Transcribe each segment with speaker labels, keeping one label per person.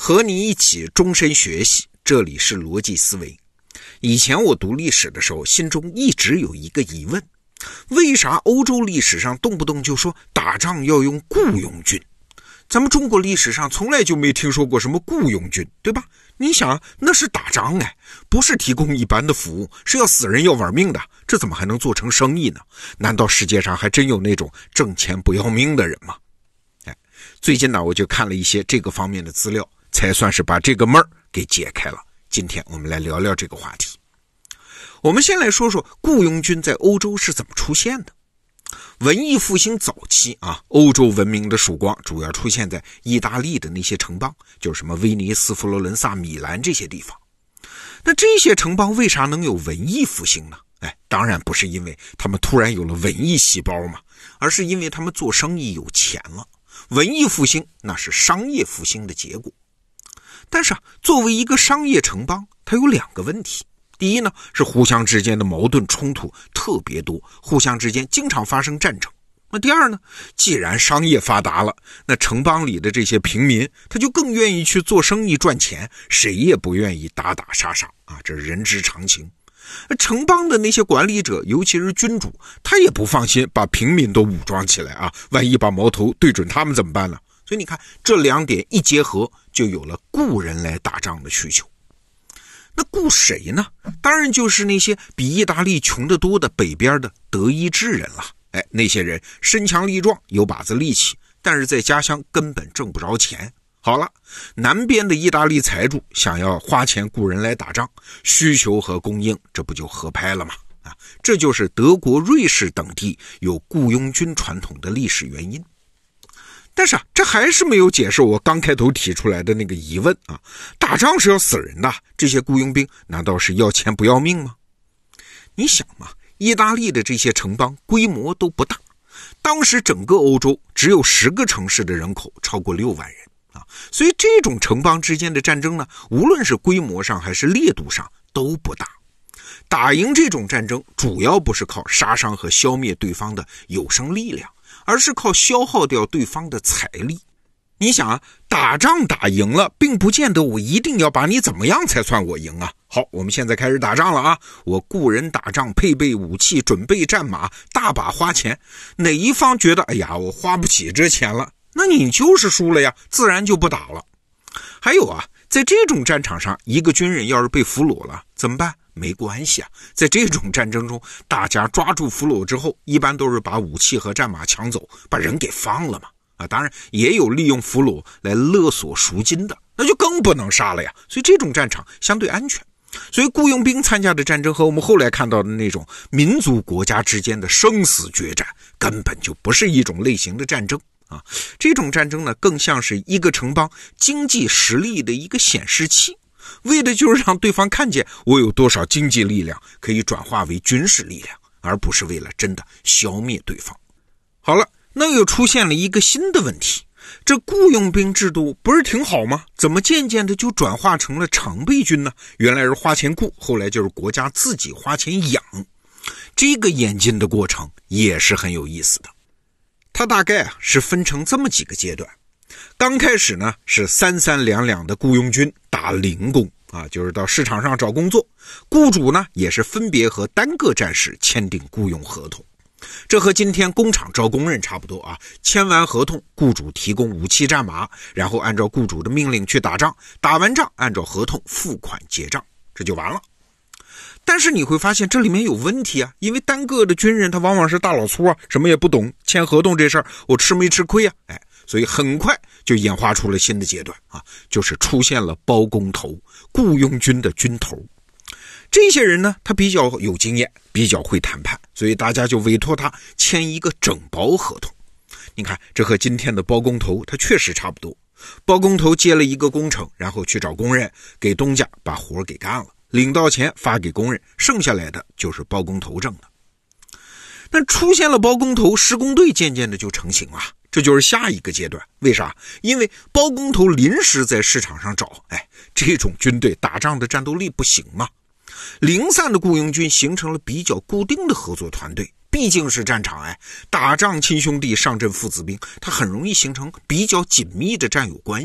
Speaker 1: 和你一起终身学习，这里是逻辑思维。以前我读历史的时候，心中一直有一个疑问，为啥欧洲历史上动不动就说打仗要用雇佣军？咱们中国历史上从来就没听说过什么雇佣军，对吧？你想，那是打仗不是提供一般的服务，是要死人要玩命的，这怎么还能做成生意呢？难道世界上还真有那种挣钱不要命的人吗？最近呢，我就看了一些这个方面的资料，才算是把这个闷儿给解开了。今天我们来聊聊这个话题。我们先来说说雇佣军在欧洲是怎么出现的。文艺复兴早期欧洲文明的曙光主要出现在意大利的那些城邦，就是什么威尼斯、佛罗伦萨、米兰这些地方。那这些城邦为啥能有文艺复兴呢？当然不是因为他们突然有了文艺细胞嘛，而是因为他们做生意有钱了。文艺复兴那是商业复兴的结果。但是作为一个商业城邦，它有两个问题。第一呢，是互相之间的矛盾冲突特别多，互相之间经常发生战争。那第二呢，既然商业发达了，那城邦里的这些平民他就更愿意去做生意赚钱，谁也不愿意打打杀杀这是人之常情。城邦的那些管理者，尤其是君主，他也不放心把平民都武装起来万一把矛头对准他们怎么办呢？所以你看，这两点一结合，就有了雇人来打仗的需求。那雇谁呢？当然就是那些比意大利穷得多的北边的德意志人了。那些人身强力壮，有把子力气，但是在家乡根本挣不着钱。好了，南边的意大利财主想要花钱雇人来打仗，需求和供应这不就合拍了吗？这就是德国、瑞士等地有雇佣军传统的历史原因。但是这还是没有解释我刚开头提出来的那个疑问打仗是要死人的，这些雇佣兵难道是要钱不要命吗？你想嘛，意大利的这些城邦规模都不大，当时整个欧洲只有10个城市的人口超过6万人所以这种城邦之间的战争呢，无论是规模上还是烈度上都不大。打赢这种战争主要不是靠杀伤和消灭对方的有生力量，而是靠消耗掉对方的财力。你想打仗打赢了，并不见得我一定要把你怎么样才算我赢好，我们现在开始打仗了我雇人打仗，配备武器，准备战马，大把花钱。哪一方觉得我花不起这钱了，那你就是输了呀，自然就不打了。还有在这种战场上，一个军人要是被俘虏了怎么办？没关系在这种战争中，大家抓住俘虏之后，一般都是把武器和战马抢走，把人给放了嘛当然也有利用俘虏来勒索赎金的，那就更不能杀了呀。所以这种战场相对安全。所以雇佣兵参加的战争和我们后来看到的那种民族国家之间的生死决战根本就不是一种类型的战争这种战争呢，更像是一个城邦经济实力的一个显示器，为的就是让对方看见我有多少经济力量可以转化为军事力量，而不是为了真的消灭对方。好了，那又出现了一个新的问题，这雇佣兵制度不是挺好吗？怎么渐渐的就转化成了常备军呢？原来是花钱雇，后来就是国家自己花钱养。这个演进的过程也是很有意思的。它大概是分成这么几个阶段。刚开始呢，是3-3两两的雇佣军打零工就是到市场上找工作，雇主呢也是分别和单个战士签订雇佣合同。这和今天工厂招工人差不多签完合同，雇主提供武器战马，然后按照雇主的命令去打仗，打完仗按照合同付款结账，这就完了。但是你会发现这里面有问题因为单个的军人他往往是大老粗什么也不懂，签合同这事儿我吃没吃亏所以很快就演化出了新的阶段就是出现了包工头，雇佣军的军头。这些人呢，他比较有经验，比较会谈判，所以大家就委托他签一个整包合同。你看，这和今天的包工头他确实差不多。包工头接了一个工程，然后去找工人，给东家把活给干了，领到钱发给工人，剩下来的就是包工头挣的。但出现了包工头，施工队渐渐的就成型了，这就是下一个阶段。为啥？因为包工头临时在市场上找，这种军队打仗的战斗力不行嘛。零散的雇佣军形成了比较固定的合作团队，毕竟是战场打仗亲兄弟上阵父子兵，它很容易形成比较紧密的战友关系。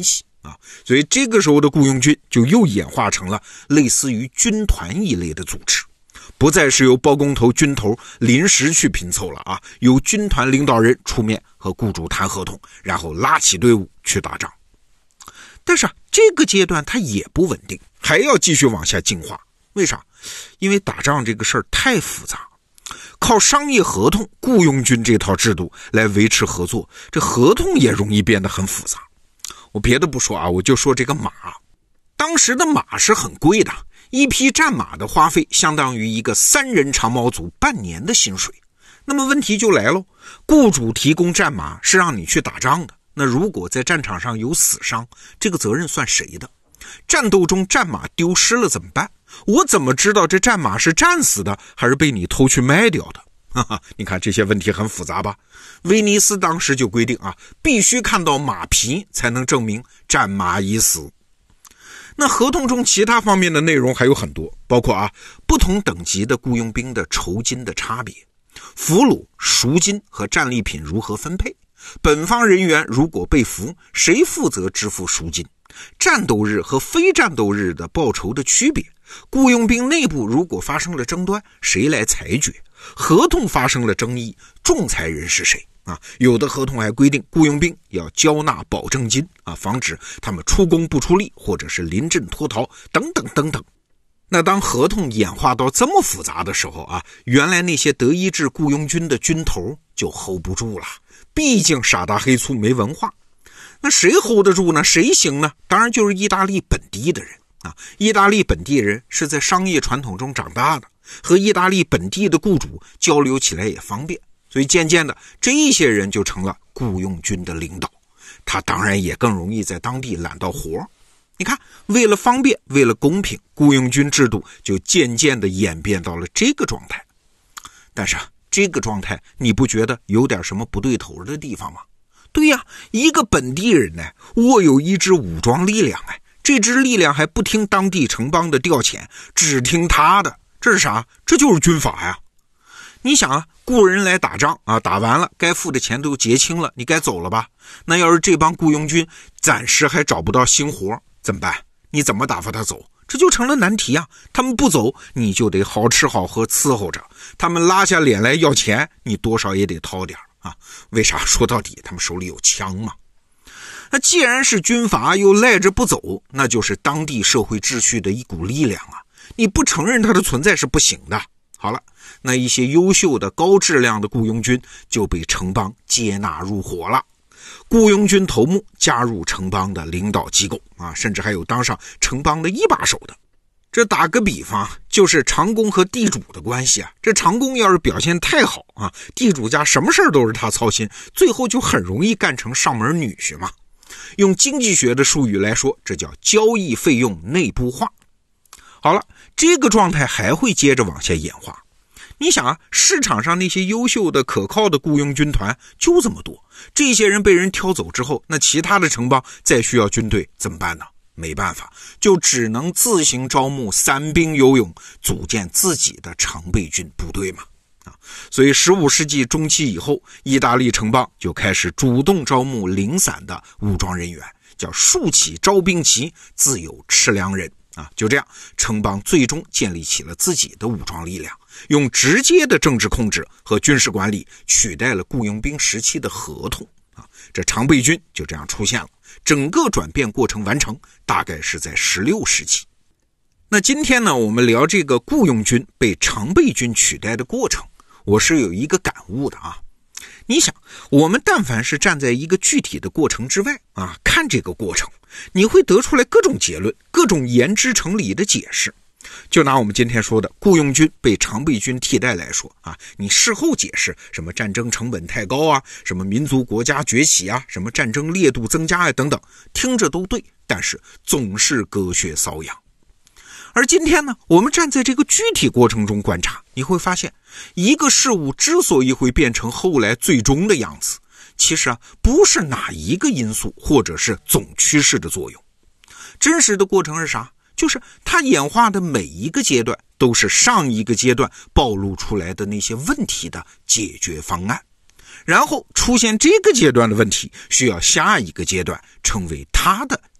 Speaker 1: 所以这个时候的雇佣军就又演化成了类似于军团一类的组织，不再是由包工头、军头临时去拼凑了由军团领导人出面和雇主谈合同，然后拉起队伍去打仗。但是这个阶段它也不稳定，还要继续往下进化。为啥？因为打仗这个事儿太复杂，靠商业合同、雇佣军这套制度来维持合作，这合同也容易变得很复杂。我别的不说我就说这个马。当时的马是很贵的，一匹战马的花费相当于一个3人长毛族半年的薪水。那么问题就来了，雇主提供战马是让你去打仗的，那如果在战场上有死伤，这个责任算谁的？战斗中战马丢失了怎么办？我怎么知道这战马是战死的还是被你偷去卖掉的？你看这些问题很复杂吧？威尼斯当时就规定必须看到马皮才能证明战马已死。那合同中其他方面的内容还有很多，包括不同等级的雇佣兵的酬金的差别，俘虏、赎金和战利品如何分配，本方人员如果被俘，谁负责支付赎金，战斗日和非战斗日的报酬的区别，雇佣兵内部如果发生了争端，谁来裁决，合同发生了争议，仲裁人是谁有的合同还规定雇佣兵要交纳保证金防止他们出工不出力或者是临阵脱逃等等等等。那当合同演化到这么复杂的时候原来那些德意志雇佣军的军头就 hold 不住了，毕竟傻大黑粗没文化。那谁 hold 得住呢？谁行呢？当然就是意大利本地的人意大利本地人是在商业传统中长大的，和意大利本地的雇主交流起来也方便，所以渐渐的这些人就成了雇佣军的领导，他当然也更容易在当地揽到活。你看，为了方便，为了公平，雇佣军制度就渐渐的演变到了这个状态。但是这个状态你不觉得有点什么不对头的地方吗？对呀，一个本地人呢，握有一支武装力量这支力量还不听当地城邦的调遣，只听他的，这是啥？这就是军阀呀。你想雇人来打仗打完了该付的钱都结清了，你该走了吧？那要是这帮雇佣军暂时还找不到新活怎么办？你怎么打发他走？这就成了难题他们不走，你就得好吃好喝伺候着，他们拉下脸来要钱，你多少也得掏点为啥？说到底他们手里有枪嘛。那既然是军阀又赖着不走，那就是当地社会秩序的一股力量你不承认它的存在是不行的。好了，那一些优秀的高质量的雇佣军就被城邦接纳入伙了，雇佣军头目加入城邦的领导机构甚至还有当上城邦的一把手的。这打个比方，就是长工和地主的关系这长工要是表现太好地主家什么事都是他操心，最后就很容易干成上门女婿嘛。用经济学的术语来说，这叫交易费用内部化。好了，这个状态还会接着往下演化。你想市场上那些优秀的可靠的雇佣军团就这么多，这些人被人挑走之后，那其他的城邦再需要军队怎么办呢？没办法，就只能自行招募散兵游勇，组建自己的常备军部队嘛。所以15世纪中期以后，意大利城邦就开始主动招募零散的武装人员，叫竖起招兵旗，自有吃粮人就这样，城邦最终建立起了自己的武装力量，用直接的政治控制和军事管理取代了雇佣兵时期的合同这常备军就这样出现了。整个转变过程完成大概是在16世纪。那今天呢，我们聊这个雇佣军被常备军取代的过程，我是有一个感悟的你想，我们但凡是站在一个具体的过程之外看这个过程，你会得出来各种结论，各种言之成理的解释。就拿我们今天说的雇佣军被常备军替代来说你事后解释什么战争成本太高什么民族国家崛起什么战争烈度增加等等，听着都对，但是总是隔靴搔痒。而今天呢，我们站在这个具体过程中观察，你会发现一个事物之所以会变成后来最终的样子，其实不是哪一个因素或者是总趋势的作用。真实的过程是啥？就是它演化的每一个阶段都是上一个阶段暴露出来的那些问题的解决方案，然后出现这个阶段的问题需要下一个阶段成为它的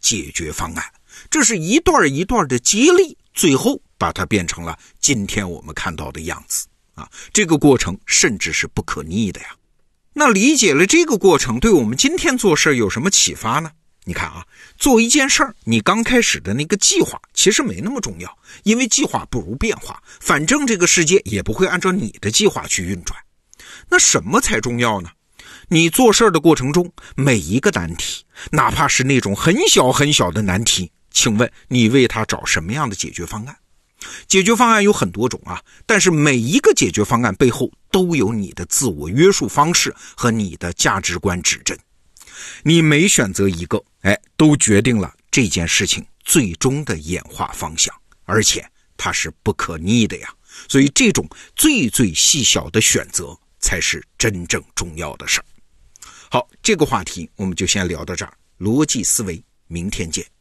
Speaker 1: 解决方案。这是一段一段的接力，最后把它变成了今天我们看到的样子啊！这个过程甚至是不可逆的呀。那理解了这个过程，对我们今天做事有什么启发呢？你看啊，做一件事儿，你刚开始的那个计划其实没那么重要，因为计划不如变化，反正这个世界也不会按照你的计划去运转。那什么才重要呢？你做事的过程中，每一个难题，哪怕是那种很小很小的难题，请问你为它找什么样的解决方案？解决方案有很多种啊，但是每一个解决方案背后都有你的自我约束方式和你的价值观指针。你每选择一个，都决定了这件事情最终的演化方向，而且它是不可逆的呀。所以这种最最细小的选择才是真正重要的事儿。好，这个话题我们就先聊到这儿。逻辑思维，明天见。